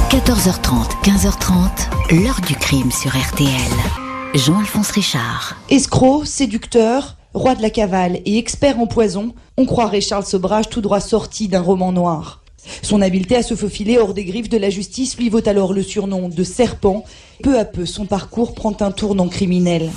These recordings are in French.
14h30, 15h30, l'heure du crime sur RTL. Jean-Alphonse Richard. Escroc, séducteur, roi de la cavale et expert en poison, on croirait Charles Sobrage tout droit sorti d'un roman noir. Son habileté à se faufiler hors des griffes de la justice lui vaut alors le surnom de serpent. Peu à peu, son parcours prend un tournant criminel.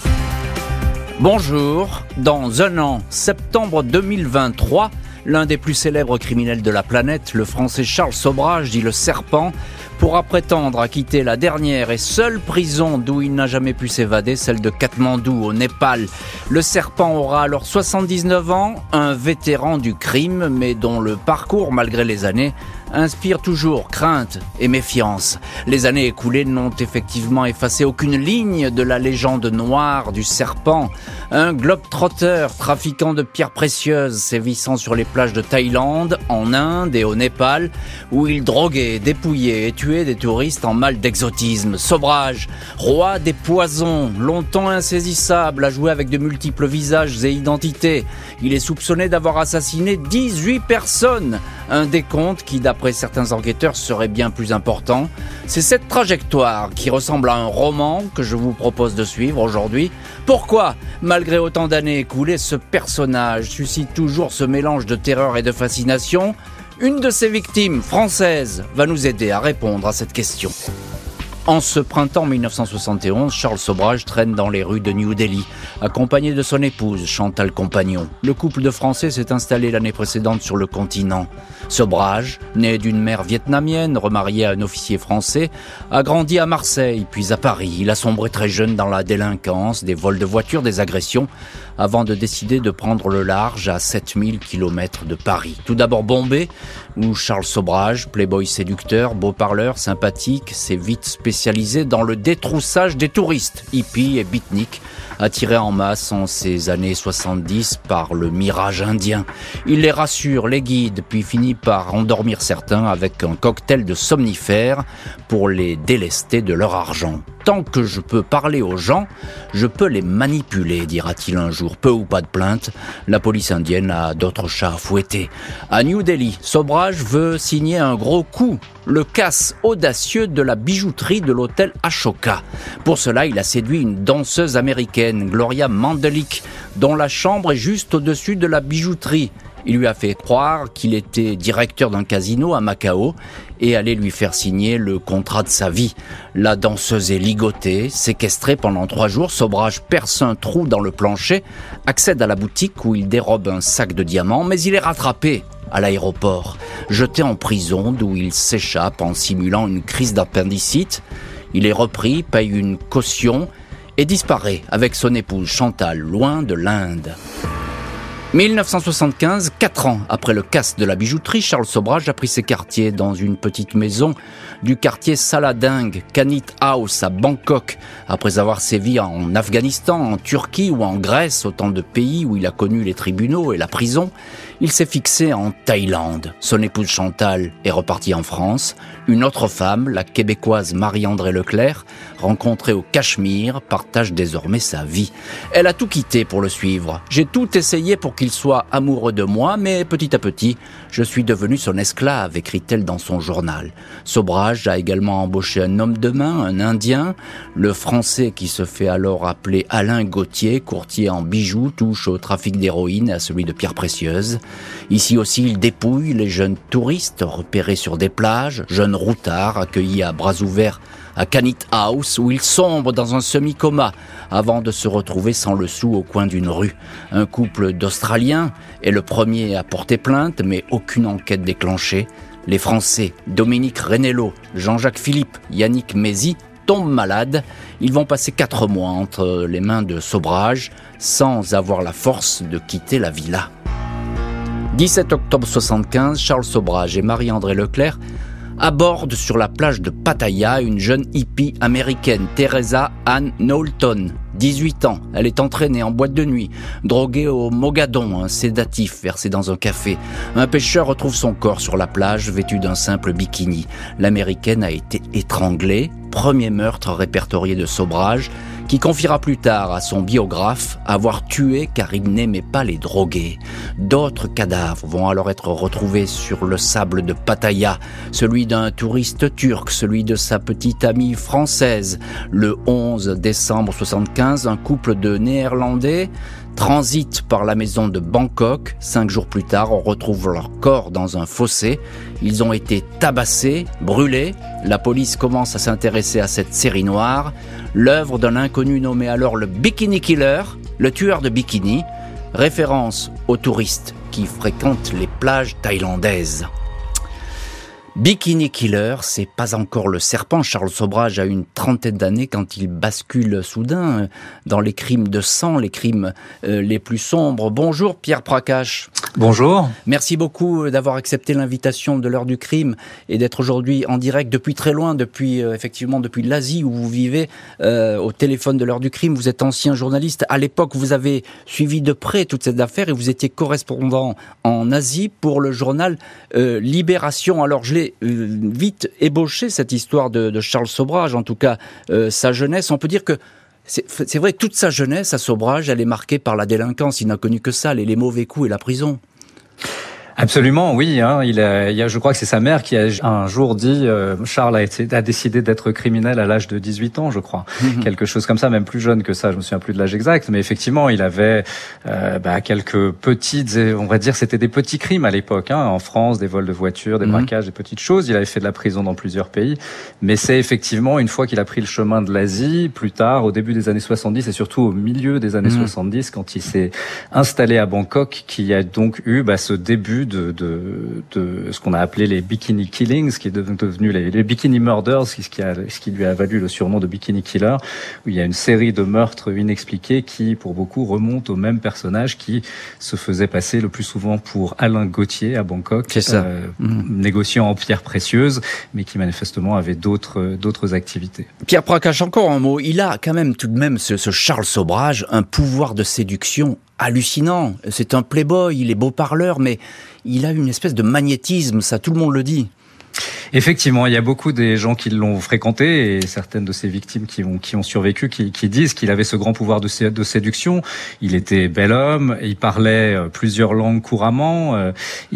Bonjour, dans un an, septembre 2023, l'un des plus célèbres criminels de la planète, le français Charles Sobrage, dit le Serpent, pourra prétendre à quitter la dernière et seule prison d'où il n'a jamais pu s'évader, celle de Katmandou au Népal. Le Serpent aura alors 79 ans, un vétéran du crime, mais dont le parcours, malgré les années, inspire toujours crainte et méfiance. Les années écoulées n'ont effectivement effacé aucune ligne de la légende noire du Serpent. Un globe-trotter, trafiquant de pierres précieuses, sévissant sur les plages de Thaïlande, en Inde et au Népal, où il droguait, dépouillait et tuait des touristes en mal d'exotisme. Sobrage, roi des poisons, longtemps insaisissable, a joué avec de multiples visages et identités. Il est soupçonné d'avoir assassiné 18 personnes, un décompte qui, d'après certains enquêteurs, serait bien plus important. C'est cette trajectoire qui ressemble à un roman que je vous propose de suivre aujourd'hui. Pourquoi, malgré autant d'années écoulées, ce personnage suscite toujours ce mélange de terreur et de fascination? Une de ses victimes, française, va nous aider à répondre à cette question. En ce printemps 1971, Charles Sobrage traîne dans les rues de New Delhi, accompagné de son épouse, Chantal Compagnon. Le couple de Français s'est installé l'année précédente sur le continent. Sobrage, né d'une mère vietnamienne, remarié à un officier français, a grandi à Marseille, puis à Paris. Il a sombré très jeune dans la délinquance, des vols de voitures, des agressions, avant de décider de prendre le large à 7000 km de Paris. Tout d'abord Bombay, où Charles Sobrage, playboy séducteur, beau parleur, sympathique, s'est vite spécialisé dans le détroussage des touristes, hippies et beatniks, attirés en masse en ces années 70 par le mirage indien. Il les rassure, les guide, puis finit par endormir certains avec un cocktail de somnifères pour les délester de leur argent. Tant que je peux parler aux gens, je peux les manipuler, dira-t-il un jour. Peu ou pas de plainte, la police indienne a d'autres chats à fouetter. À New Delhi, Sobrage veut signer un gros coup, le casse audacieux de la bijouterie de l'hôtel Ashoka. Pour cela, il a séduit une danseuse américaine, Gloria Mandelic, dont la chambre est juste au-dessus de la bijouterie. Il lui a fait croire qu'il était directeur d'un casino à Macao et allait lui faire signer le contrat de sa vie. La danseuse est ligotée, séquestrée pendant 3 jours. Sobrage perce un trou dans le plancher, accède à la boutique où il dérobe un sac de diamants, mais il est rattrapé à l'aéroport, jeté en prison d'où il s'échappe en simulant une crise d'appendicite. Il est repris, paye une caution et disparaît avec son épouse Chantal, loin de l'Inde. 1975, 4 ans après le casse de la bijouterie, Charles Sobrage a pris ses quartiers dans une petite maison du quartier Saladingue, Kanit House à Bangkok. Après avoir sévi en Afghanistan, en Turquie ou en Grèce, autant de pays où il a connu les tribunaux et la prison, il s'est fixé en Thaïlande. Son épouse Chantal est repartie en France. Une autre femme, la québécoise Marie-André Leclerc, rencontrée au Cachemire, partage désormais sa vie. Elle a tout quitté pour le suivre. J'ai tout essayé pour qu'il soit amoureux de moi, mais petit à petit, je suis devenu son esclave, écrit-elle dans son journal. Sobrage a également embauché un homme de main, un Indien. Le Français, qui se fait alors appeler Alain Gauthier, courtier en bijoux, touche au trafic d'héroïne et à celui de pierres précieuses. Ici aussi, il dépouille les jeunes touristes repérés sur des plages, jeunes routards accueillis à bras ouverts à Kanit House, où il sombre dans un semi-coma avant de se retrouver sans le sou au coin d'une rue. Un couple d'Australiens est le premier à porter plainte, mais aucune enquête déclenchée. Les Français, Dominique Renello, Jean-Jacques Philippe, Yannick Mézy, tombent malades. Ils vont passer 4 mois entre les mains de Sobrage, sans avoir la force de quitter la villa. 17 octobre 75, Charles Sobrage et Marie-André Leclerc aborde sur la plage de Pattaya une jeune hippie américaine, Teresa Ann Knowlton, 18 ans. Elle est entraînée en boîte de nuit, droguée au mogadon, un sédatif versé dans un café. Un pêcheur retrouve son corps sur la plage, vêtu d'un simple bikini. L'américaine a été étranglée. Premier meurtre répertorié de Sobrage. qui confiera plus tard à son biographe avoir tué car il n'aimait pas les drogués. D'autres cadavres vont alors être retrouvés sur le sable de Pattaya, celui d'un touriste turc, celui de sa petite amie française. Le 11 décembre 1975, un couple de Néerlandais transite par la maison de Bangkok. 5 jours plus tard, on retrouve leur corps dans un fossé. Ils ont été tabassés, brûlés. La police commence à s'intéresser à cette série noire, l'œuvre d'un inconnu nommé alors le Bikini Killer, le tueur de bikini, référence aux touristes qui fréquentent les plages thaïlandaises. Bikini Killer, c'est pas encore le serpent. Charles Sobhraj a une trentaine d'années quand il bascule soudain dans les crimes de sang, les crimes les plus sombres. Bonjour Pierre Prakash. Bonjour. Merci beaucoup d'avoir accepté l'invitation de l'heure du crime et d'être aujourd'hui en direct depuis très loin, depuis l'Asie où vous vivez, au téléphone de l'heure du crime. Vous êtes ancien journaliste. À l'époque, vous avez suivi de près toute cette affaire et vous étiez correspondant en Asie pour le journal Libération. Alors je l'ai vite ébauché cette histoire de Charles Sobhraj, en tout cas sa jeunesse. On peut dire que c'est vrai que toute sa jeunesse à Sobhraj, elle est marquée par la délinquance. Il n'a connu que ça, les mauvais coups et la prison. Absolument, oui. Je crois que c'est sa mère qui a un jour dit Charles a décidé d'être criminel à l'âge de 18 ans, je crois. Quelque chose comme ça, même plus jeune que ça, je me souviens plus de l'âge exact. Mais effectivement, il avait quelques petites, on va dire, c'était des petits crimes à l'époque. En France, des vols de voitures, des braquages, des petites choses. Il avait fait de la prison dans plusieurs pays. Mais c'est effectivement, une fois qu'il a pris le chemin de l'Asie, plus tard, au début des années 70 et surtout au milieu des années 70, quand il s'est installé à Bangkok, qu'il y a donc eu ce début de ce qu'on a appelé les Bikini Killings, qui est devenu les Bikini Murders, ce qui lui a valu le surnom de Bikini Killer, où il y a une série de meurtres inexpliqués qui, pour beaucoup, remontent au même personnage qui se faisait passer le plus souvent pour Alain Gauthier à Bangkok, négociant en pierres précieuses, mais qui manifestement avait d'autres activités. Pierre Prakash, encore un mot. Il a quand même tout de même, ce Charles Sobhraj, un pouvoir de séduction hallucinant. C'est un playboy, il est beau parleur, mais il a une espèce de magnétisme, ça tout le monde le dit. Effectivement, il y a beaucoup des gens qui l'ont fréquenté et certaines de ses victimes qui ont survécu, qui disent qu'il avait ce grand pouvoir de séduction. Il était bel homme, il parlait plusieurs langues couramment.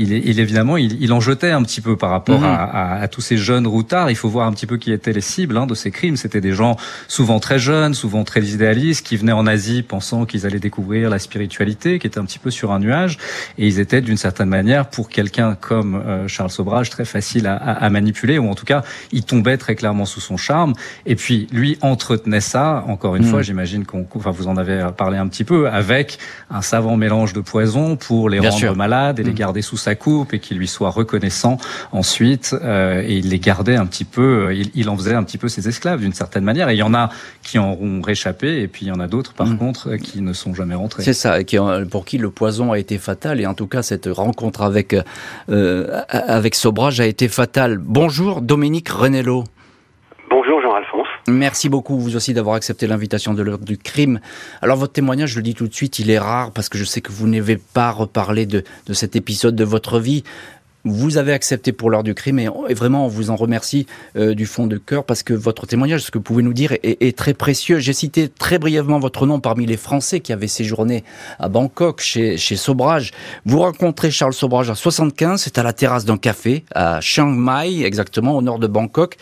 Il en jetait un petit peu par rapport à tous ces jeunes routards. Il faut voir un petit peu qui étaient les cibles de ces crimes. C'était des gens souvent très jeunes, souvent très idéalistes, qui venaient en Asie pensant qu'ils allaient découvrir la spiritualité, qui étaient un petit peu sur un nuage. Et ils étaient d'une certaine manière, pour quelqu'un comme Charles Sobhraj, très facile à manipuler, ou en tout cas, il tombait très clairement sous son charme. Et puis, lui entretenait ça, encore une fois, j'imagine vous en avez parlé un petit peu, avec un savant mélange de poison pour les rendre malades et les garder sous sa coupe et qu'ils lui soient reconnaissants ensuite. Et il les gardait un petit peu, il en faisait un petit peu ses esclaves d'une certaine manière. Et il y en a qui en ont réchappé et puis il y en a d'autres, par contre, qui ne sont jamais rentrés. C'est ça, pour qui le poison a été fatal. Et en tout cas, cette rencontre avec Sobhraj a été fatale. Bonjour Dominique Renello. Bonjour Jean-Alphonse. Merci beaucoup vous aussi d'avoir accepté l'invitation de l'heure du crime. Alors votre témoignage, je le dis tout de suite, il est rare parce que je sais que vous n'avez pas reparlé de cet épisode de votre vie. Vous avez accepté pour l'heure du crime et vraiment on vous en remercie du fond de cœur parce que votre témoignage, ce que vous pouvez nous dire, est très précieux. J'ai cité très brièvement votre nom parmi les Français qui avaient séjourné à Bangkok chez Sobhraj. Vous rencontrez Charles Sobhraj à 75, c'est à la terrasse d'un café à Chiang Mai, exactement au nord de Bangkok.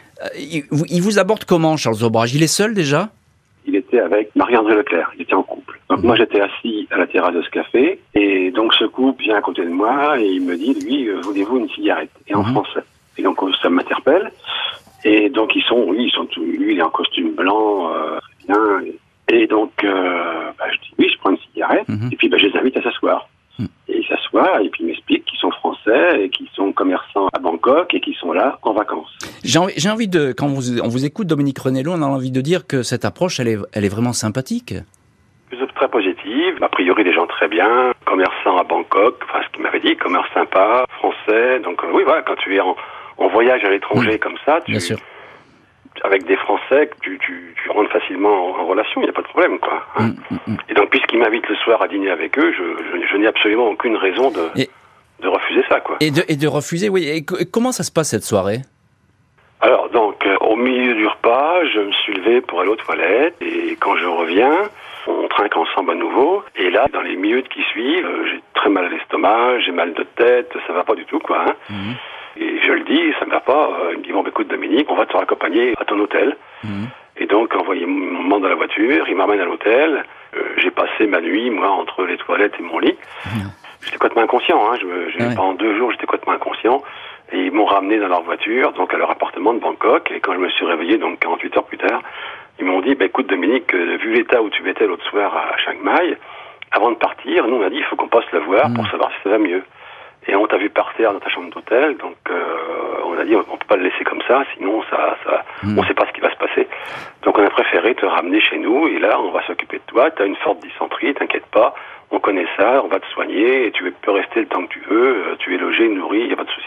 Il vous aborde comment Charles Sobhraj? Il est seul déjà? Il était avec Marie-André Leclerc, il était en couple. Donc moi j'étais assis à la terrasse de ce café et donc ce couple vient à côté de moi et il me dit lui voulez-vous une cigarette et en français. Et donc ça m'interpelle et donc lui il est en costume blanc bien et donc je dis oui je prends une cigarette et puis je les invite à s'asseoir. Et ils s'assoient et puis ils m'expliquent qu'ils sont français et qu'ils sont commerçants à Bangkok et qu'ils sont là en vacances. J'ai envie de, quand on vous écoute Dominique Renello, on a envie de dire que cette approche elle est vraiment sympathique. Très positive, a priori des gens très bien, commerçants à Bangkok, ce qu'il m'avait dit, commerce sympa, français, donc oui voilà, quand tu es en voyage à l'étranger comme ça, avec des Français, tu rentres facilement en relation, il n'y a pas de problème quoi. Et donc puisqu'il m'invite le soir à dîner avec eux, je n'ai absolument aucune raison de refuser ça quoi. Et de refuser, oui. Et comment ça se passe cette soirée? Alors donc Au milieu du repas, je me suis levé pour aller aux toilettes et quand je reviens, on trinque ensemble à nouveau. Et là, dans les minutes qui suivent, j'ai très mal à l'estomac, j'ai mal de tête, ça va pas du tout, quoi. Hein. Et je le dis, ça ne va pas. Il me dit, bon, écoute Dominique, on va te raccompagner à ton hôtel. Et donc, envoyé mon maman dans la voiture, il m'emmène à l'hôtel. J'ai passé ma nuit, moi, entre les toilettes et mon lit. J'étais complètement inconscient, hein. Pendant 2 jours, j'étais complètement inconscient. Et ils m'ont ramené dans leur voiture, donc à leur appartement de Bangkok. Et quand je me suis réveillé, donc 48 heures plus tard, ils m'ont dit, écoute Dominique, vu l'état où tu étais l'autre soir à Chiang Mai, avant de partir, nous on a dit, il faut qu'on passe le voir pour savoir si ça va mieux. Et on t'a vu par terre dans ta chambre d'hôtel, donc on a dit, on peut pas le laisser comme ça, sinon on sait pas ce qui va se passer. Donc on a préféré te ramener chez nous, et là on va s'occuper de toi, t'as une forte dysenterie, t'inquiète pas, on connaît ça, on va te soigner, et tu peux rester le temps que tu veux, tu es logé, nourri, y a pas de souci.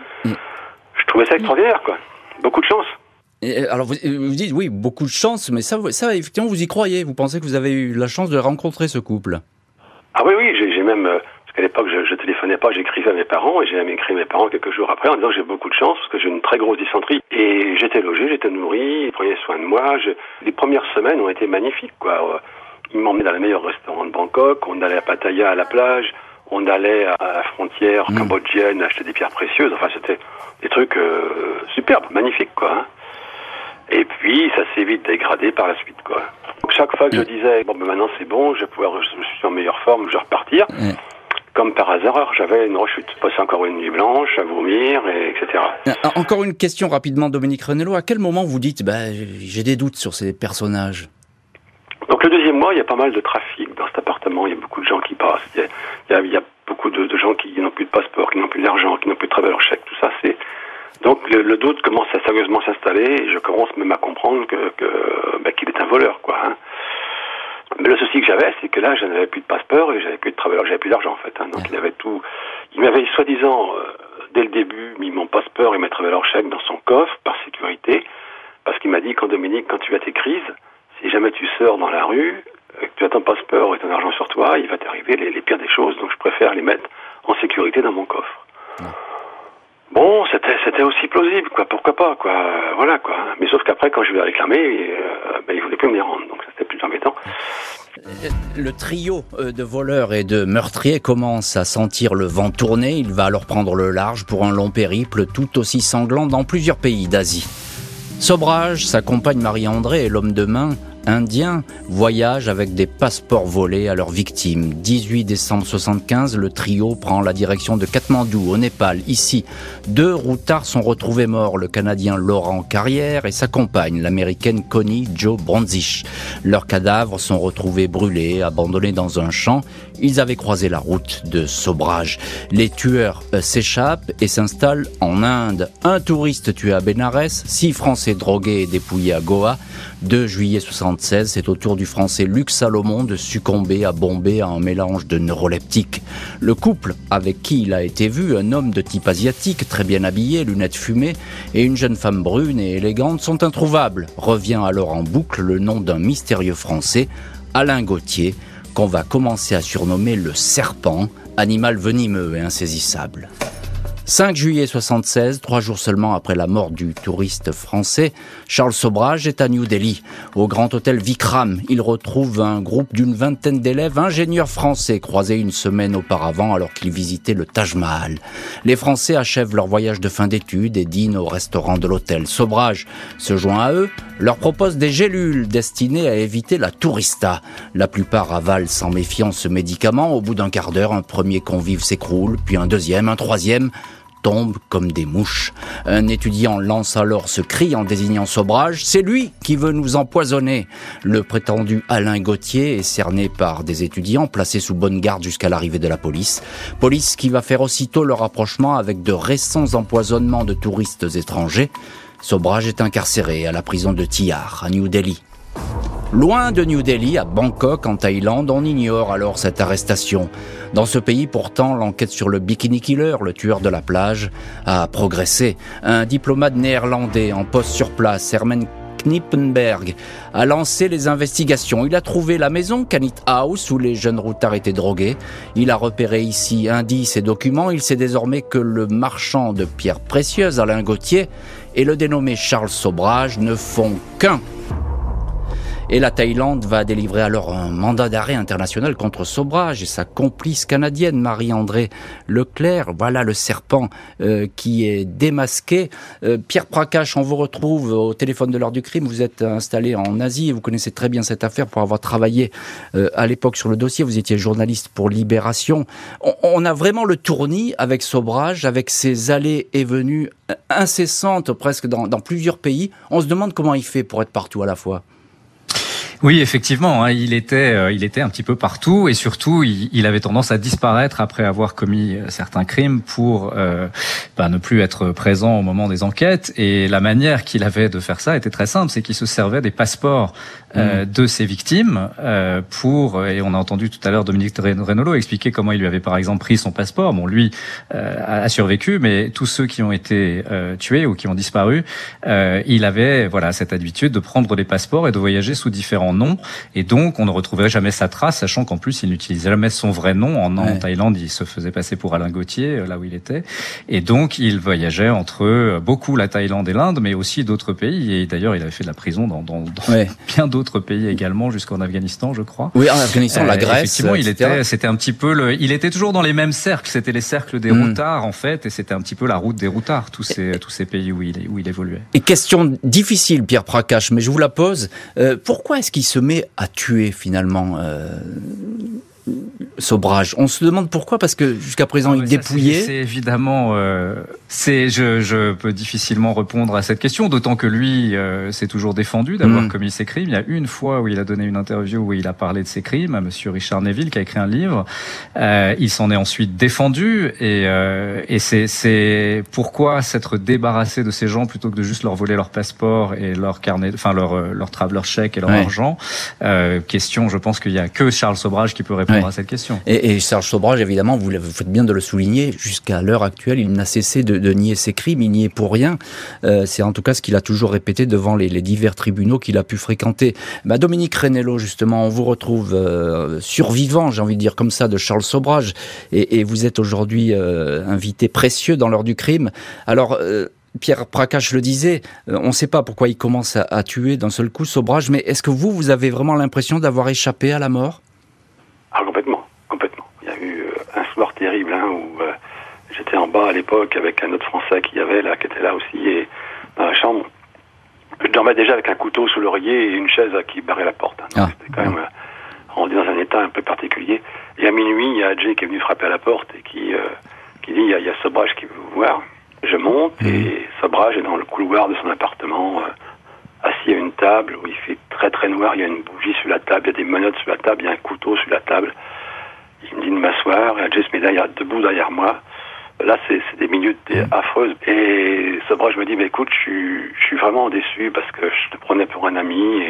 Je trouvais ça extraordinaire, quoi. Beaucoup de chance. Et alors vous dites, oui, beaucoup de chance, mais ça effectivement, vous y croyez. Vous pensez que vous avez eu la chance de rencontrer ce couple? Ah oui, j'ai même... parce qu'à l'époque, je téléphonais pas, j'écrivais à mes parents, et j'ai même écrit à mes parents quelques jours après en disant que j'ai beaucoup de chance, parce que j'ai une très grosse dysenterie. Et j'étais logé, j'étais nourri, ils prenaient soin de moi. Les premières semaines ont été magnifiques, quoi. Ils m'emmenaient dans les meilleurs restaurants de Bangkok, on allait à Pattaya, à la plage, on allait à la frontière cambodgienne acheter des pierres précieuses. Enfin, c'était des trucs superbes, magnifiques, quoi. Hein. Et puis, ça s'est vite dégradé par la suite, quoi. Donc, chaque fois que je disais, bon, ben maintenant c'est bon, je suis en meilleure forme, je vais repartir. Comme par hasard, j'avais une rechute. Passer encore une nuit blanche, à vomir, etc. Encore une question rapidement, Dominique Renello. À quel moment vous dites, j'ai des doutes sur ces personnages? Donc le deuxième mois, il y a pas mal de trafic dans cet appartement. Il y a beaucoup de gens qui passent. Il y a beaucoup de gens qui n'ont plus de passeport, qui n'ont plus d'argent, qui n'ont plus de travailleur chèque. Tout ça, c'est... Donc le doute commence à sérieusement s'installer et je commence même à comprendre qu'il est un voleur, quoi. Hein. Mais le souci que j'avais, c'est que là, je n'avais plus de passeport et j'avais plus de travailleur, j'avais plus d'argent, en fait. Hein. Donc il avait tout... Il m'avait soi-disant, dès le début, mis mon passeport et mes travailleurs chèques dans son coffre, par sécurité, parce qu'il m'a dit, Dominique, quand tu as tes crises, si jamais tu sors dans la rue, que tu as ton passeport et ton argent sur toi, il va t'arriver les pires des choses, donc je préfère les mettre en sécurité dans mon coffre. Bon, c'était aussi plausible, quoi. Pourquoi pas, quoi. Voilà, quoi. Mais sauf qu'après, quand je lui ai réclamé, il voulait plus me les rendre, donc c'était plus embêtant. Le trio de voleurs et de meurtriers commence à sentir le vent tourner. Il va alors prendre le large pour un long périple tout aussi sanglant dans plusieurs pays d'Asie. Sobrage, sa compagne Marie-André et l'homme de main indien voyagent avec des passeports volés à leurs victimes. 18 décembre 1975, le trio prend la direction de Katmandou, au Népal. Ici, 2 routards sont retrouvés morts, le Canadien Laurent Carrière et sa compagne, l'Américaine Connie Jo Bronzich. Leurs cadavres sont retrouvés brûlés, abandonnés dans un champ. Ils avaient croisé la route de Sobrage. Les tueurs s'échappent et s'installent en Inde. Un touriste tué à Bénarès, 6 Français drogués et dépouillés à Goa. 2 juillet 1976, c'est au tour du Français Luc Salomon de succomber à Bombay à un mélange de neuroleptiques. Le couple avec qui il a été vu, un homme de type asiatique, très bien habillé, lunettes fumées, et une jeune femme brune et élégante, sont introuvables. Revient alors en boucle le nom d'un mystérieux Français, Alain Gauthier, qu'on va commencer à surnommer le serpent, animal venimeux et insaisissable. 5 juillet 1976, 3 jours seulement après la mort du touriste français, Charles Sobrage est à New Delhi. Au grand hôtel Vikram, il retrouve un groupe d'une vingtaine d'élèves ingénieurs français croisés une semaine auparavant alors qu'ils visitaient le Taj Mahal. Les Français achèvent leur voyage de fin d'études et dînent au restaurant de l'hôtel. Sobrage se joint à eux, leur propose des gélules destinées à éviter la tourista. La plupart avalent sans méfiance ce médicament. Au bout d'un quart d'heure, un premier convive s'écroule, puis un deuxième, un troisième tombent comme des mouches. Un étudiant lance alors ce cri en désignant Sobrage. C'est lui qui veut nous empoisonner. Le prétendu Alain Gauthier est cerné par des étudiants placés sous bonne garde jusqu'à l'arrivée de la police. Police qui va faire aussitôt le rapprochement avec de récents empoisonnements de touristes étrangers. Sobrage est incarcéré à la prison de Tihar, à New Delhi. Loin de New Delhi, à Bangkok, en Thaïlande, on ignore alors cette arrestation. Dans ce pays, pourtant, l'enquête sur le Bikini Killer, le tueur de la plage, a progressé. Un diplomate néerlandais en poste sur place, Herman Knippenberg, a lancé les investigations. Il a trouvé la maison, Kanit House, où les jeunes routards étaient drogués. Il a repéré ici indices et documents. Il sait désormais que le marchand de pierres précieuses, Alain Gauthier, et le dénommé Charles Sobhraj ne font qu'un. Et la Thaïlande va délivrer alors un mandat d'arrêt international contre Sobhraj et sa complice canadienne Marie-André Leclerc. Voilà le serpent qui est démasqué. Pierre Prakash, on vous retrouve au téléphone de l'heure du crime. Vous êtes installé en Asie et vous connaissez très bien cette affaire pour avoir travaillé à l'époque sur le dossier. Vous étiez journaliste pour Libération. On a vraiment le tournis avec Sobhraj, avec ses allées et venues incessantes presque dans plusieurs pays. On se demande comment il fait pour être partout à la fois. Oui, effectivement, hein, il était un petit peu partout et surtout il avait tendance à disparaître après avoir commis certains crimes pour ne plus être présent au moment des enquêtes. Et la manière qu'il avait de faire ça était très simple, c'est qu'il se servait des passeports de ses victimes et on a entendu tout à l'heure Dominique Renolo expliquer comment il lui avait par exemple pris son passeport. Bon, lui a survécu, mais tous ceux qui ont été tués ou qui ont disparu, il avait cette habitude de prendre des passeports et de voyager sous différents noms, et donc on ne retrouverait jamais sa trace, sachant qu'en plus il n'utilisait jamais son vrai nom. En Thaïlande, il se faisait passer pour Alain Gauthier, là où il était, et donc il voyageait entre beaucoup la Thaïlande et l'Inde, mais aussi d'autres pays, et d'ailleurs il avait fait de la prison dans bien d'autres pays également, jusqu'en Afghanistan, je crois. Oui, en Afghanistan, la Grèce, effectivement, c'était un petit peu il était toujours dans les mêmes cercles, c'était les cercles des routards en fait, et c'était un petit peu la route des routards, tous ces pays où il évoluait. Et question difficile, Pierre Prakash, mais je vous la pose, pourquoi est-ce qu'il se met à tuer finalement Sobhraj? On se demande pourquoi, parce que jusqu'à présent il dépouillait. C'est évidemment, je peux difficilement répondre à cette question, d'autant que lui s'est toujours défendu d'avoir commis ses crimes. Il y a une fois où il a donné une interview où il a parlé de ses crimes à Monsieur Richard Neville, qui a écrit un livre. Il s'en est ensuite défendu, et c'est pourquoi s'être débarrassé de ces gens plutôt que de juste leur voler leur passeport et leur carnet, leur traveler chèque et leur argent. Question, je pense qu'il y a que Charles Sobhraj qui peut répondre à cette question. Et Charles Sobhraj, évidemment, vous faites bien de le souligner, jusqu'à l'heure actuelle, il n'a cessé de nier ses crimes, il n'y est pour rien. C'est en tout cas ce qu'il a toujours répété devant les divers tribunaux qu'il a pu fréquenter. Dominique Renelo, justement, on vous retrouve survivant, j'ai envie de dire comme ça, de Charles Sobhraj, et vous êtes aujourd'hui invité précieux dans l'heure du crime. Alors, Pierre Prakash le disait, on ne sait pas pourquoi il commence à tuer d'un seul coup Sobhraj, mais est-ce que vous avez vraiment l'impression d'avoir échappé à la mort ? Ah, complètement. Il y a eu un soir terrible où j'étais en bas à l'époque avec un autre Français qui était là aussi, et dans la chambre. Je dormais déjà avec un couteau sous l'oreiller et une chaise qui barrait la porte. Donc c'était quand même rendu dans un état un peu particulier. Et à minuit, il y a Jay qui est venu frapper à la porte et qui dit il y a Sobhraj qui veut vous voir. Je monte et Sobhraj est dans le couloir de son appartement, assis à une table où il fait très très noir, il y a une bougie sur la table, il y a des menottes sur la table, il y a un couteau sur la table. Il me dit de m'asseoir, et Adjé se met debout derrière moi. Là, c'est des minutes affreuses. Et Sobhraj me dit, écoute, je suis vraiment déçu parce que je te prenais pour un ami,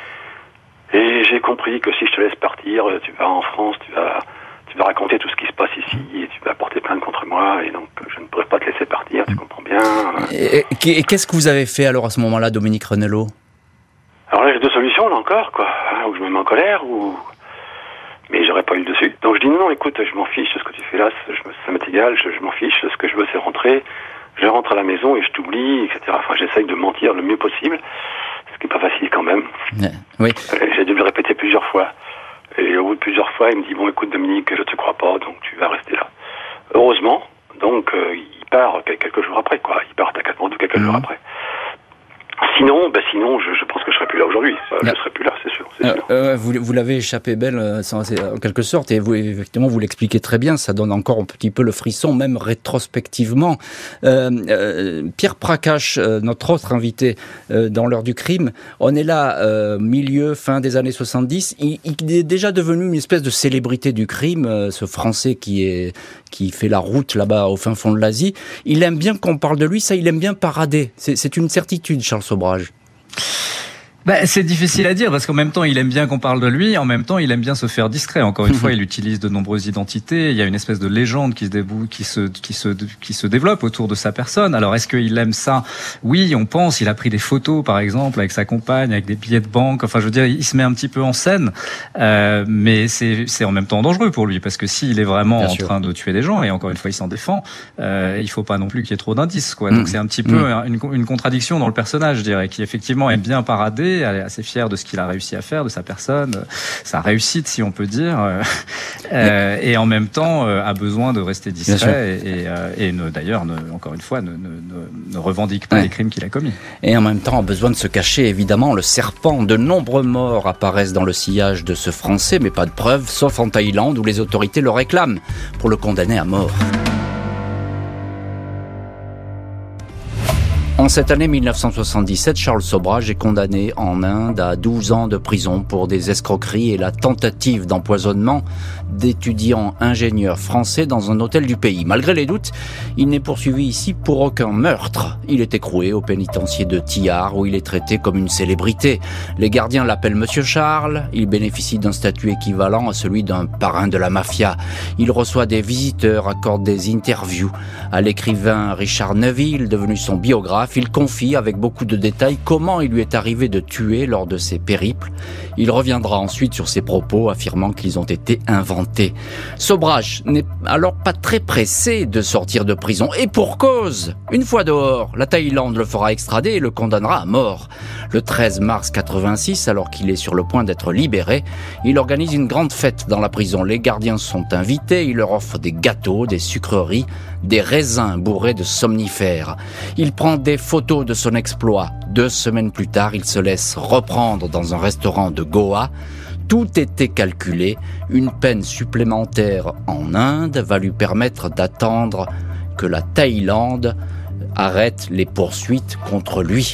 et j'ai compris que si je te laisse partir, tu vas en France, tu vas raconter tout ce qui se passe ici, et tu vas porter plainte contre moi, et donc je ne pourrais pas te laisser partir, tu comprends bien. Et qu'est-ce que vous avez fait alors à ce moment-là, Dominique Renelo ? Alors là, j'ai deux solutions, là encore, où je me mets en colère, mais j'aurais pas eu le dessus. Donc je dis non, écoute, je m'en fiche de ce que tu fais là, ça m'est égal, je m'en fiche, ce que je veux c'est rentrer, je rentre à la maison et je t'oublie, etc. Enfin, j'essaye de mentir le mieux possible, ce qui est pas facile quand même. Oui. J'ai dû le répéter plusieurs fois. Et au bout de plusieurs fois, il me dit, bon, écoute Dominique, je te crois pas, donc tu vas rester là. Heureusement, donc il part quelques jours après, Il part à Katmandou quelques jours après. Sinon, je pense que je serais plus là aujourd'hui. Je serais plus là, c'est sûr. Vous l'avez échappé belle, en quelque sorte, et vous, effectivement, vous l'expliquez très bien. Ça donne encore un petit peu le frisson, même rétrospectivement. Pierre Prakash, notre autre invité dans l'heure du crime, on est là, fin des années 70. Il est déjà devenu une espèce de célébrité du crime, ce Français qui fait la route là-bas au fin fond de l'Asie. Il aime bien qu'on parle de lui, il aime bien parader. C'est une certitude, Charles Sobhraj. C'est difficile à dire parce qu'en même temps il aime bien qu'on parle de lui, en même temps il aime bien se faire discret. Encore une fois, il utilise de nombreuses identités. Il y a une espèce de légende qui se développe autour de sa personne. Alors est-ce qu'il aime ça? Oui, on pense. Il a pris des photos, par exemple, avec sa compagne, avec des billets de banque. Enfin, je veux dire, il se met un petit peu en scène, mais c'est en même temps dangereux pour lui parce que s'il est vraiment train de tuer des gens, et encore une fois il s'en défend, il faut pas non plus qu'il y ait trop d'indices, quoi. Donc c'est un petit peu une contradiction dans le personnage, je dirais, qui effectivement aime bien parader, est assez fier de ce qu'il a réussi à faire, de sa personne, sa réussite, si on peut dire, et en même temps a besoin de rester discret et d'ailleurs, encore une fois, ne revendique pas les crimes qu'il a commis. Et en même temps a besoin de se cacher, évidemment, le serpent. De nombreux morts apparaissent dans le sillage de ce Français, mais pas de preuves, sauf en Thaïlande où les autorités le réclament pour le condamner à mort. En cette année 1977, Charles Sobhraj est condamné en Inde à 12 ans de prison pour des escroqueries et la tentative d'empoisonnement d'étudiants ingénieurs français dans un hôtel du pays. Malgré les doutes, il n'est poursuivi ici pour aucun meurtre. Il est écroué au pénitencier de Tihar où il est traité comme une célébrité. Les gardiens l'appellent Monsieur Charles. Il bénéficie d'un statut équivalent à celui d'un parrain de la mafia. Il reçoit des visiteurs, accorde des interviews à l'écrivain Richard Neville, devenu son biographe. Il confie avec beaucoup de détails comment il lui est arrivé de tuer lors de ses périples. Il reviendra ensuite sur ses propos, affirmant qu'ils ont été inventés. Sobhraj n'est alors pas très pressé de sortir de prison. Et pour cause, une fois dehors, la Thaïlande le fera extrader et le condamnera à mort. Le 13 mars 86, alors qu'il est sur le point d'être libéré, il organise une grande fête dans la prison. Les gardiens sont invités, il leur offre des gâteaux, des sucreries, des raisins bourrés de somnifères. Il prend des photos de son exploit. 2 semaines plus tard, il se laisse reprendre dans un restaurant de Goa. Tout était calculé. Une peine supplémentaire en Inde va lui permettre d'attendre que la Thaïlande arrête les poursuites contre lui.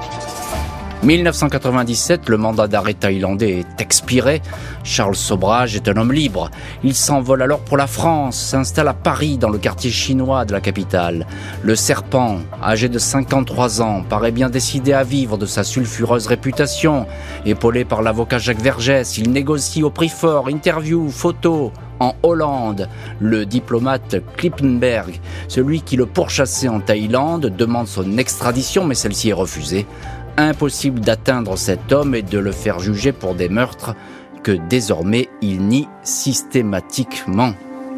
1997, le mandat d'arrêt thaïlandais est expiré. Charles Sobhraj est un homme libre. Il s'envole alors pour la France, s'installe à Paris, dans le quartier chinois de la capitale. Le serpent, âgé de 53 ans, paraît bien décidé à vivre de sa sulfureuse réputation. Épaulé par l'avocat Jacques Vergès, il négocie au prix fort, interview, photos. En Hollande, le diplomate Klippenberg, celui qui le pourchassait en Thaïlande, demande son extradition, mais celle-ci est refusée. Impossible d'atteindre cet homme et de le faire juger pour des meurtres que désormais il nie systématiquement.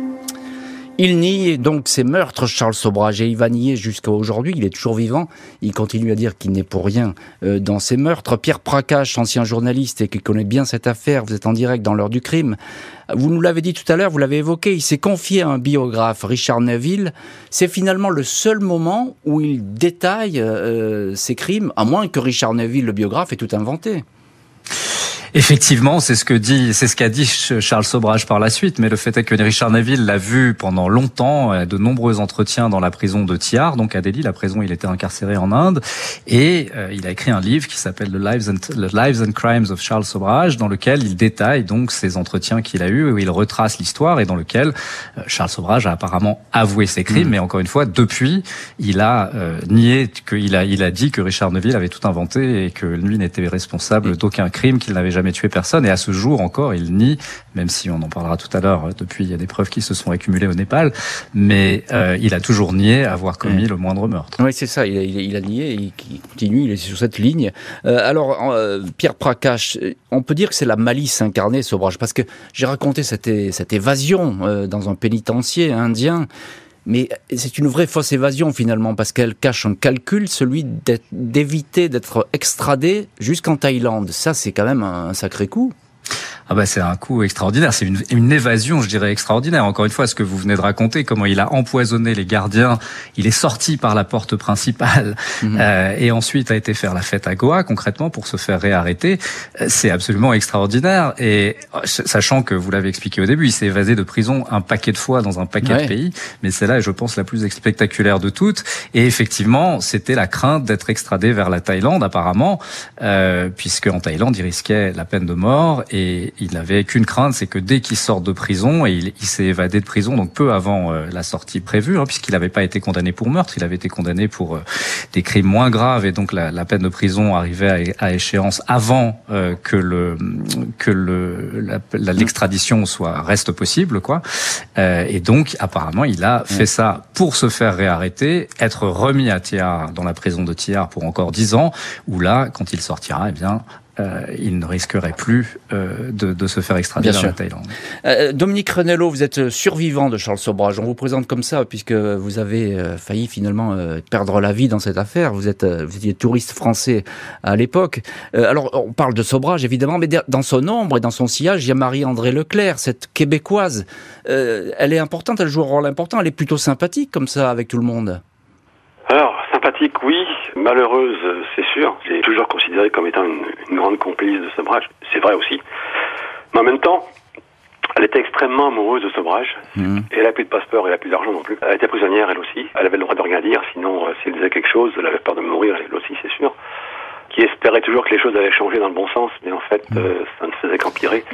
Il nie donc ces meurtres, Charles Sobhraj, et il va nier jusqu'à aujourd'hui. Il est toujours vivant. Il continue à dire qu'il n'est pour rien dans ces meurtres. Pierre Prakash, ancien journaliste et qui connaît bien cette affaire, vous êtes en direct dans l'heure du crime. Vous nous l'avez dit tout à l'heure, vous l'avez évoqué, il s'est confié à un biographe, Richard Neville. C'est finalement le seul moment où il détaille ses crimes, à moins que Richard Neville, le biographe, ait tout inventé. Effectivement, c'est ce qu'a dit Charles Sobhraj par la suite, mais le fait est que Richard Neville l'a vu pendant longtemps, de nombreux entretiens dans la prison de Tihar, donc à Delhi, la prison où il était incarcéré en Inde, et il a écrit un livre qui s'appelle The Lives and Crimes of Charles Sobhraj, dans lequel il détaille donc ces entretiens qu'il a eus, où il retrace l'histoire, et dans lequel Charles Sobhraj a apparemment avoué ses crimes, mais encore une fois, depuis, il a nié il a dit que Richard Neville avait tout inventé et que lui n'était responsable d'aucun crime, qu'il n'avait jamais tué personne, et à ce jour encore il nie, même si on en parlera tout à l'heure, depuis il y a des preuves qui se sont accumulées au Népal, mais il a toujours nié avoir commis le moindre meurtre. Oui, c'est ça, il a nié, et il continue, il est sur cette ligne. Alors, Pierre Prakash, on peut dire que c'est la malice incarnée, Sobhraj, parce que j'ai raconté cette évasion dans un pénitencier indien. Mais c'est une vraie fausse évasion finalement, parce qu'elle cache un calcul, celui d'éviter d'être extradé jusqu'en Thaïlande. Ça, c'est quand même un sacré coup. Ah bah c'est un coup extraordinaire, c'est une évasion, je dirais, extraordinaire. Encore une fois, ce que vous venez de raconter, comment il a empoisonné les gardiens, il est sorti par la porte principale et ensuite a été faire la fête à Goa, concrètement, pour se faire réarrêter. C'est absolument extraordinaire. Et sachant que, vous l'avez expliqué au début, il s'est évadé de prison un paquet de fois dans un paquet de pays, mais celle-là est, je pense, la plus spectaculaire de toutes. Et effectivement, c'était la crainte d'être extradé vers la Thaïlande, apparemment, puisque en Thaïlande, il risquait la peine de mort. Et il n'avait qu'une crainte, c'est que dès qu'il sort de prison, et il s'est évadé de prison donc peu avant la sortie prévue, puisqu'il n'avait pas été condamné pour meurtre, il avait été condamné pour des crimes moins graves, et donc la peine de prison arrivait à échéance avant que l'extradition reste possible, quoi. Et donc apparemment il a fait ça pour se faire réarrêter, être remis à Thiars, dans la prison de Thiars pour encore 10 ans, où là, quand il sortira, eh bien, il ne risquerait plus de se faire extrader vers la Thaïlande. Dominique Renello, vous êtes survivant de Charles Sobhraj. On vous présente comme ça puisque vous avez failli finalement perdre la vie dans cette affaire. Vous étiez touriste français à l'époque. Alors, on parle de Sobhraj, évidemment, mais dans son ombre et dans son sillage, il y a Marie-André Leclerc, cette Québécoise. Elle est importante, elle joue un rôle important, elle est plutôt sympathique comme ça avec tout le monde. Alors, sympathique, oui. Malheureuse, c'est sûr. J'ai toujours considéré comme étant une grande complice de Sobhraj. C'est vrai aussi. Mais en même temps, elle était extrêmement amoureuse de Sobhraj. Et elle n'a plus de passeport, elle n'a plus d'argent non plus. Elle était prisonnière, elle aussi. Elle avait le droit de rien dire. Sinon, si elle disait quelque chose, elle avait peur de mourir, elle aussi, c'est sûr. Qui espérait toujours que les choses allaient changer dans le bon sens, mais en fait, ça ne faisait qu'empirer.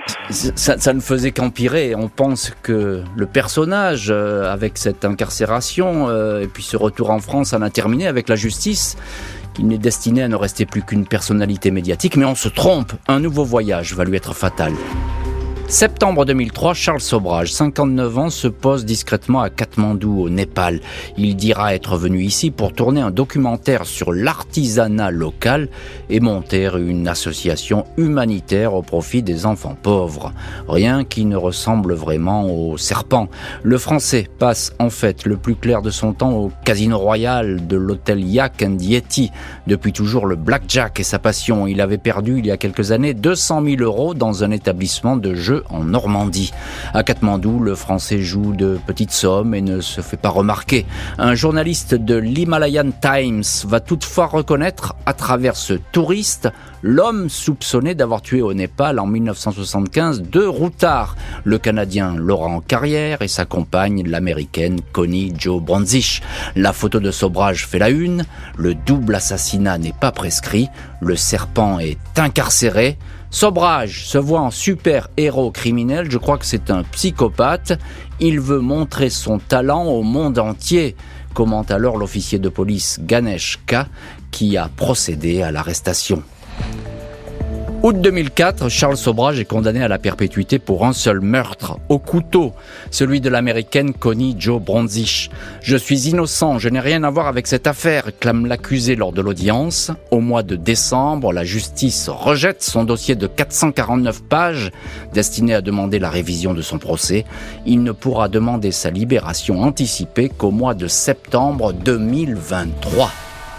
Ça ne faisait qu'empirer. On pense que le personnage, avec cette incarcération, et puis ce retour en France, en a terminé avec la justice, qu'il n'est destiné à ne rester plus qu'une personnalité médiatique. Mais on se trompe, un nouveau voyage va lui être fatal. Septembre 2003, Charles Sobhraj, 59 ans, se pose discrètement à Katmandou, au Népal. Il dira être venu ici pour tourner un documentaire sur l'artisanat local et monter une association humanitaire au profit des enfants pauvres. Rien qui ne ressemble vraiment au serpent. Le Français passe en fait le plus clair de son temps au Casino Royal de l'hôtel Yak and Yeti. Depuis toujours, le blackjack est sa passion. Il avait perdu il y a quelques années 200 000 € dans un établissement de jeux en Normandie. À Katmandou, le Français joue de petites sommes et ne se fait pas remarquer. Un journaliste de l'Himalayan Times va toutefois reconnaître, à travers ce touriste, l'homme soupçonné d'avoir tué au Népal en 1975 2 routards, le Canadien Laurent Carrière et sa compagne, l'Américaine Connie Jo Bronzich. La photo de Sobhraj fait la une, le double assassinat n'est pas prescrit, le serpent est incarcéré. Sobhraj se voit en super-héros criminel, je crois que c'est un psychopathe. Il veut montrer son talent au monde entier, commente alors l'officier de police Ganesh K, qui a procédé à l'arrestation. Août 2004, Charles Sobhraj est condamné à la perpétuité pour un seul meurtre, au couteau, celui de l'américaine Connie Jo Bronzich. « Je suis innocent, je n'ai rien à voir avec cette affaire », clame l'accusé lors de l'audience. Au mois de décembre, la justice rejette son dossier de 449 pages, destiné à demander la révision de son procès. Il ne pourra demander sa libération anticipée qu'au mois de septembre 2023.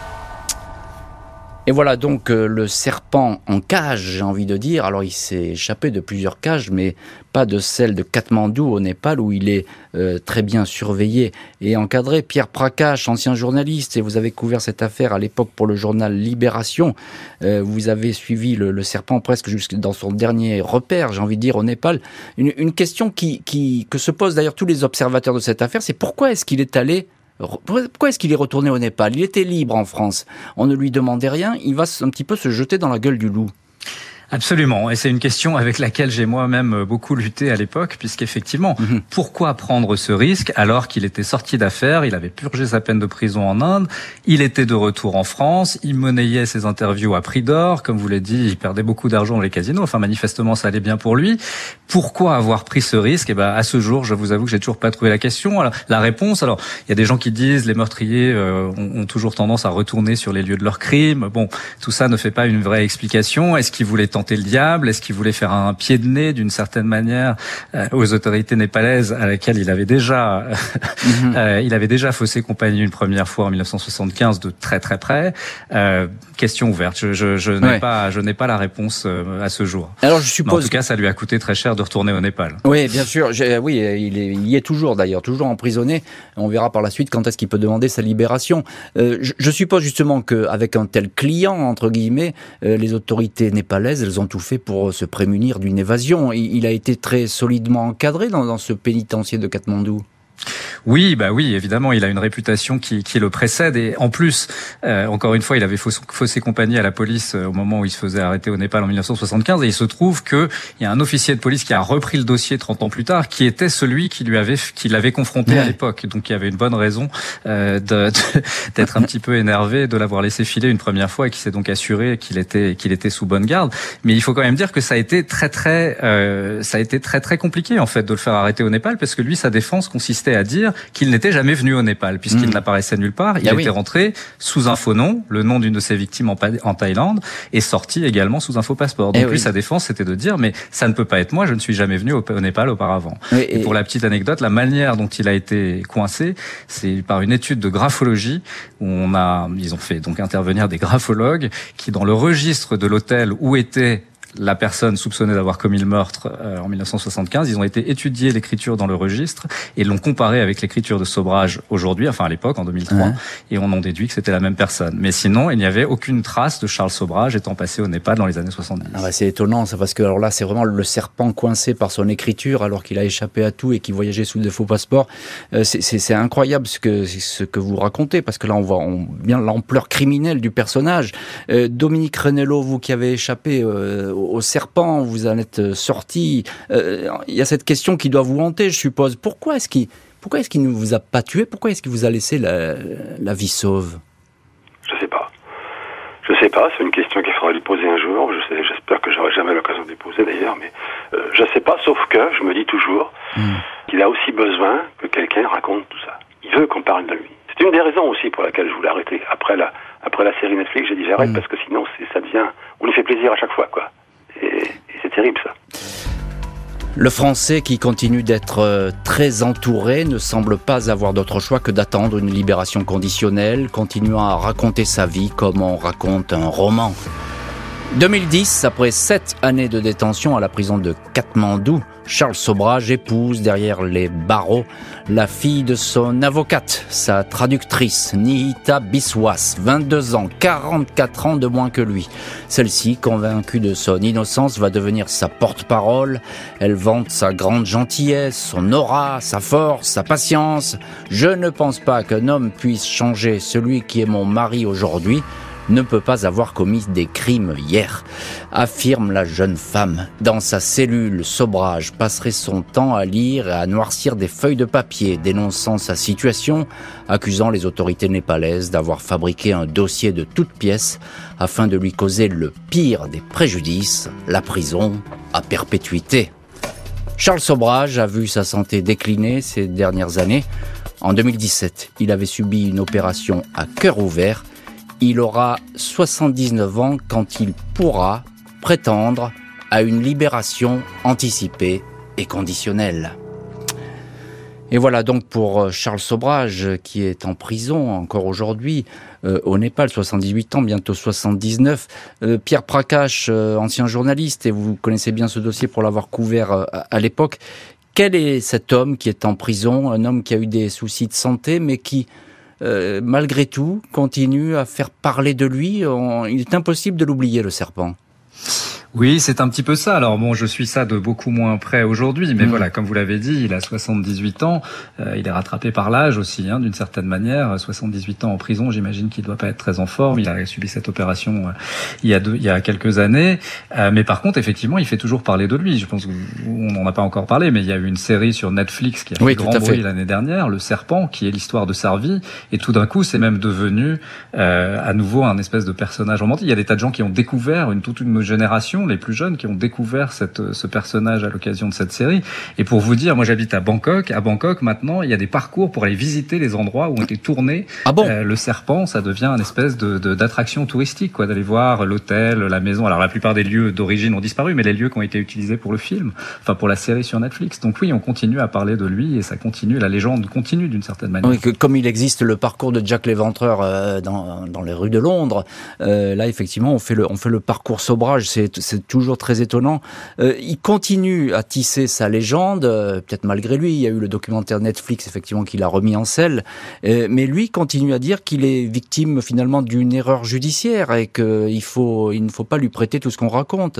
Et voilà donc le serpent en cage, j'ai envie de dire. Alors il s'est échappé de plusieurs cages, mais pas de celle de Katmandou au Népal, où il est très bien surveillé et encadré. Pierre Prakash, ancien journaliste, et vous avez couvert cette affaire à l'époque pour le journal Libération. Vous avez suivi le serpent presque jusque dans son dernier repère, j'ai envie de dire, au Népal. Une question que se posent d'ailleurs tous les observateurs de cette affaire, c'est pourquoi est-ce qu'il est retourné au Népal ? Il était libre en France. On ne lui demandait rien. Il va un petit peu se jeter dans la gueule du loup. Absolument, et c'est une question avec laquelle j'ai moi-même beaucoup lutté à l'époque, puisqu'effectivement, pourquoi prendre ce risque alors qu'il était sorti d'affaires, il avait purgé sa peine de prison en Inde, il était de retour en France, il monnayait ses interviews à prix d'or, comme vous l'avez dit, il perdait beaucoup d'argent dans les casinos, enfin manifestement ça allait bien pour lui. Pourquoi avoir pris ce risque ? Et à ce jour, je vous avoue que j'ai toujours pas trouvé la question. Alors, la réponse, il y a des gens qui disent les meurtriers ont toujours tendance à retourner sur les lieux de leurs crimes. Bon, tout ça ne fait pas une vraie explication. Est-ce qu'ils voulaient tenter le diable ? Est-ce qu'il voulait faire un pied de nez d'une certaine manière aux autorités népalaises à laquelle il avait déjà faussé compagnie une première fois en 1975 de très très près. Question ouverte. Je n'ai pas la réponse à ce jour. Alors je suppose. Mais en tout cas, ça lui a coûté très cher de retourner au Népal. Oui, bien sûr. Oui, il y est toujours d'ailleurs, toujours emprisonné. On verra par la suite quand est-ce qu'il peut demander sa libération. Je suppose justement qu'avec un tel client entre guillemets, les autorités népalaises, elles ont tout fait pour se prémunir d'une évasion. Il a été très solidement encadré dans ce pénitencier de Katmandou. Oui, évidemment, il a une réputation qui le précède et en plus, encore une fois, il avait faussé compagnie à la police au moment où il se faisait arrêter au Népal en 1975 et il se trouve que il y a un officier de police qui a repris le dossier 30 ans plus tard, qui était celui qui l'avait confronté à l'époque. Donc il y avait une bonne raison d'être un petit peu énervé de l'avoir laissé filer une première fois et qui s'est donc assuré qu'il était sous bonne garde. Mais il faut quand même dire que ça a été très compliqué en fait de le faire arrêter au Népal parce que lui, sa défense consistait à dire qu'il n'était jamais venu au Népal, puisqu'il n'apparaissait nulle part. Il était rentré sous un faux nom, le nom d'une de ses victimes en Thaïlande, et sorti également sous un faux passeport. Donc sa défense, c'était de dire, mais ça ne peut pas être moi, je ne suis jamais venu au Népal auparavant. Et pour la petite anecdote, la manière dont il a été coincé, c'est par une étude de graphologie, où ils ont fait donc intervenir des graphologues, qui dans le registre de l'hôtel où était la personne soupçonnée d'avoir commis le meurtre en 1975, ils ont été étudier l'écriture dans le registre et l'ont comparé avec l'écriture de Sobrage aujourd'hui, enfin à l'époque, en 2003, et on en déduit que c'était la même personne. Mais sinon, il n'y avait aucune trace de Charles Sobrage étant passé au Népal dans les années 70. C'est étonnant, ça, parce que alors là, c'est vraiment le serpent coincé par son écriture alors qu'il a échappé à tout et qu'il voyageait sous de faux passeports. C'est incroyable ce que vous racontez, parce que là, on voit bien l'ampleur criminelle du personnage. Dominique Renello, vous qui avez échappé au serpent, vous en êtes sorti. Il y a cette question qui doit vous hanter, je suppose. Pourquoi est-ce qu'il ne vous a pas tué ? Pourquoi est-ce qu'il vous a laissé la vie sauve ? Je sais pas, c'est une question qu'il faudra lui poser un jour. J'espère que j'aurai jamais l'occasion de lui poser d'ailleurs, mais je sais pas, sauf que je me dis toujours qu'il a aussi besoin que quelqu'un raconte tout ça. Il veut qu'on parle de lui. C'est une des raisons aussi pour laquelle je voulais arrêter. Après la série Netflix, j'ai dit j'arrête parce que sinon ça devient, on lui fait plaisir à chaque fois, quoi. Et c'est terrible, ça. Le Français, qui continue d'être très entouré, ne semble pas avoir d'autre choix que d'attendre une libération conditionnelle, continuant à raconter sa vie comme on raconte un roman. 2010, après 7 années de détention à la prison de Katmandou, Charles Sobrage épouse derrière les barreaux la fille de son avocate, sa traductrice, Nihita Biswas, 22 ans, 44 ans de moins que lui. Celle-ci, convaincue de son innocence, va devenir sa porte-parole. Elle vante sa grande gentillesse, son aura, sa force, sa patience. Je ne pense pas qu'un homme puisse changer. Celui qui est mon mari aujourd'hui ne peut pas avoir commis des crimes hier, affirme la jeune femme. Dans sa cellule, Sobrage passerait son temps à lire et à noircir des feuilles de papier, dénonçant sa situation, accusant les autorités népalaises d'avoir fabriqué un dossier de toutes pièces afin de lui causer le pire des préjudices, la prison à perpétuité. Charles Sobrage a vu sa santé décliner ces dernières années. En 2017, il avait subi une opération à cœur ouvert. Il aura 79 ans quand il pourra prétendre à une libération anticipée et conditionnelle. Et voilà donc pour Charles Sobrage, qui est en prison encore aujourd'hui au Népal, 78 ans, bientôt 79. Pierre Prakash, ancien journaliste, et vous connaissez bien ce dossier pour l'avoir couvert à l'époque. Quel est cet homme qui est en prison, un homme qui a eu des soucis de santé, mais qui malgré tout, continue à faire parler de lui. Il est impossible de l'oublier, le serpent. Oui, c'est un petit peu ça. Alors bon, je suis ça de beaucoup moins près aujourd'hui, mais voilà, comme vous l'avez dit, il a 78 ans. Il est rattrapé par l'âge aussi, d'une certaine manière. 78 ans en prison, j'imagine qu'il doit pas être très en forme. Il a subi cette opération il y a quelques années. Mais par contre, effectivement, il fait toujours parler de lui. Je pense qu'on n'en a pas encore parlé, mais il y a eu une série sur Netflix qui a fait grand bruit l'année dernière, Le Serpent, qui est l'histoire de sa vie. Et tout d'un coup, c'est même devenu à nouveau un espèce de personnage romantique. Il y a des tas de gens qui ont découvert, toute une génération, les plus jeunes, qui ont découvert ce personnage à l'occasion de cette série. Et pour vous dire, moi j'habite à Bangkok. À Bangkok, maintenant, il y a des parcours pour aller visiter les endroits où ont été tournés. Ah bon ? Le Serpent, ça devient une espèce d'attraction touristique, quoi, d'aller voir l'hôtel, la maison. Alors la plupart des lieux d'origine ont disparu, mais les lieux qui ont été utilisés pour le film, enfin pour la série sur Netflix. Donc oui, on continue à parler de lui et ça continue, la légende continue d'une certaine manière. Oui, comme il existe le parcours de Jack l'Éventreur dans les rues de Londres, là effectivement on fait le parcours Sobrage, c'est toujours très étonnant. Il continue à tisser sa légende, peut-être malgré lui. Il y a eu le documentaire Netflix effectivement qui l'a remis en selle, mais lui continue à dire qu'il est victime finalement d'une erreur judiciaire et qu'il ne faut pas lui prêter tout ce qu'on raconte.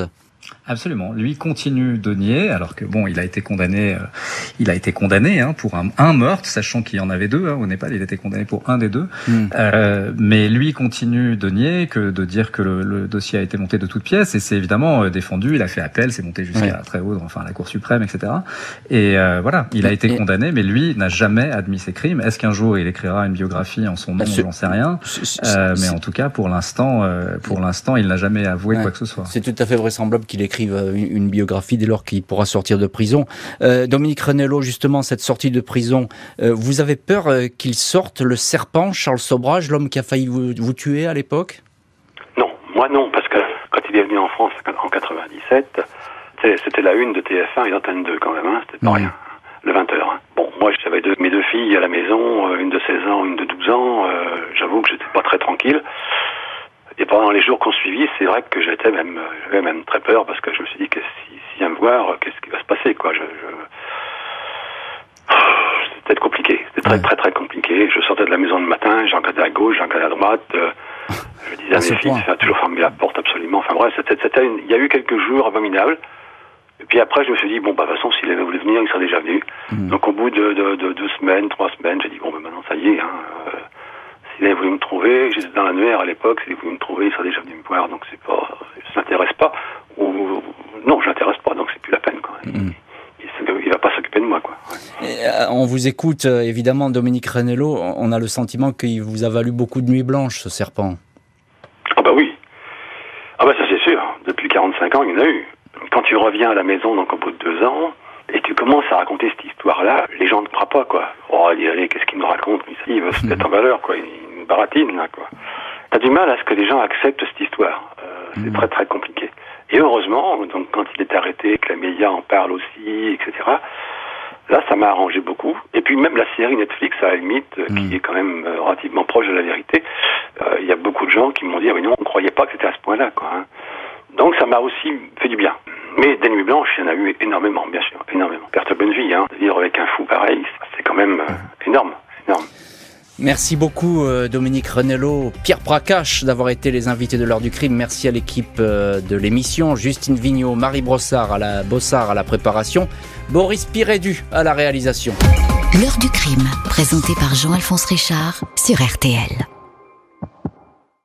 Absolument. Lui continue de nier, alors que bon, il a été condamné pour un meurtre, sachant qu'il y en avait deux au Népal. Il a été condamné pour un des deux. Mais lui continue de nier, de dire que le dossier a été monté de toutes pièces, et c'est évidemment défendu. Il a fait appel, c'est monté jusqu'à très haut, enfin la Cour suprême, etc. Et voilà, il a été condamné, mais lui n'a jamais admis ses crimes. Est-ce qu'un jour il écrira une biographie en son nom? J'en sais rien. Mais en tout cas, pour l'instant, il n'a jamais avoué quoi que ce soit. C'est tout à fait vraisemblable qu'il écrive une biographie dès lors qu'il pourra sortir de prison. Dominique Renello, justement, cette sortie de prison, vous avez peur qu'il sorte, le serpent, Charles Sobrage, l'homme qui a failli vous tuer à l'époque? Non, moi non, parce que quand il est venu en France en 97, c'était la une de TF1 et d'Antenne 2 quand même, c'était pas rien, le 20h. Bon, moi j'avais mes deux filles à la maison, une de 16 ans, une de 12 ans, j'avoue que j'étais pas très tranquille. Et pendant les jours qu'on suivit, c'est vrai que j'avais même très peur, parce que je me suis dit que s'il vient me voir, qu'est-ce qui va se passer, quoi. C'était peut-être compliqué. C'était très, très, très compliqué. Je sortais de la maison le matin, j'en regardais à gauche, j'en regardais à droite. Je disais à mes filles de faire toujours fermer la porte, absolument. Enfin bref, il y a eu quelques jours abominables. Et puis après, je me suis dit, bon, bah, de toute façon, s'il avait voulu venir, il serait déjà venu. Donc au bout de 2 semaines, 3 semaines, j'ai dit, bon, bah, maintenant, ça y est, s'il avait voulu me trouver, j'étais dans l'annuaire à l'époque, s'il avait voulu me trouver, il serait déjà venu me voir, donc ça n'intéresse pas. Non, je l'intéresse pas, donc c'est plus la peine, quoi. Il va pas s'occuper de moi, quoi. On vous écoute, évidemment, Dominique Renello, on a le sentiment qu'il vous a valu beaucoup de nuits blanches, ce serpent. Ah bah oui. Ah bah ça c'est sûr. Depuis 45 ans, il y en a eu. Quand tu reviens à la maison, donc au bout de 2 ans, et tu commences à raconter cette histoire-là, les gens ne croient pas, quoi. Oh, allez, qu'est-ce qu'il nous raconte? Il veut se mettre en valeur, quoi. Il nous baratine, là, quoi. T'as du mal à ce que les gens acceptent cette histoire. C'est très, très compliqué. Et heureusement, donc, quand il est arrêté, que les médias en parlent aussi, etc., là, ça m'a arrangé beaucoup. Et puis même la série Netflix, à la limite, qui est quand même relativement proche de la vérité, il y a beaucoup de gens qui m'ont dit, ah oui, non, on ne croyait pas que c'était à ce point-là, quoi. Donc ça m'a aussi fait du bien. Mais des nuits blanches, il y en a eu énormément, bien sûr, énormément. Perte de vie, de vivre avec un fou pareil, c'est quand même énorme. Merci beaucoup Dominique Renello, Pierre Pracache d'avoir été les invités de l'heure du crime. Merci à l'équipe de l'émission, Justine Vignot, Marie Bossard à la préparation, Boris Pirédu à la réalisation. L'heure du crime, présentée par Jean-Alphonse Richard sur RTL.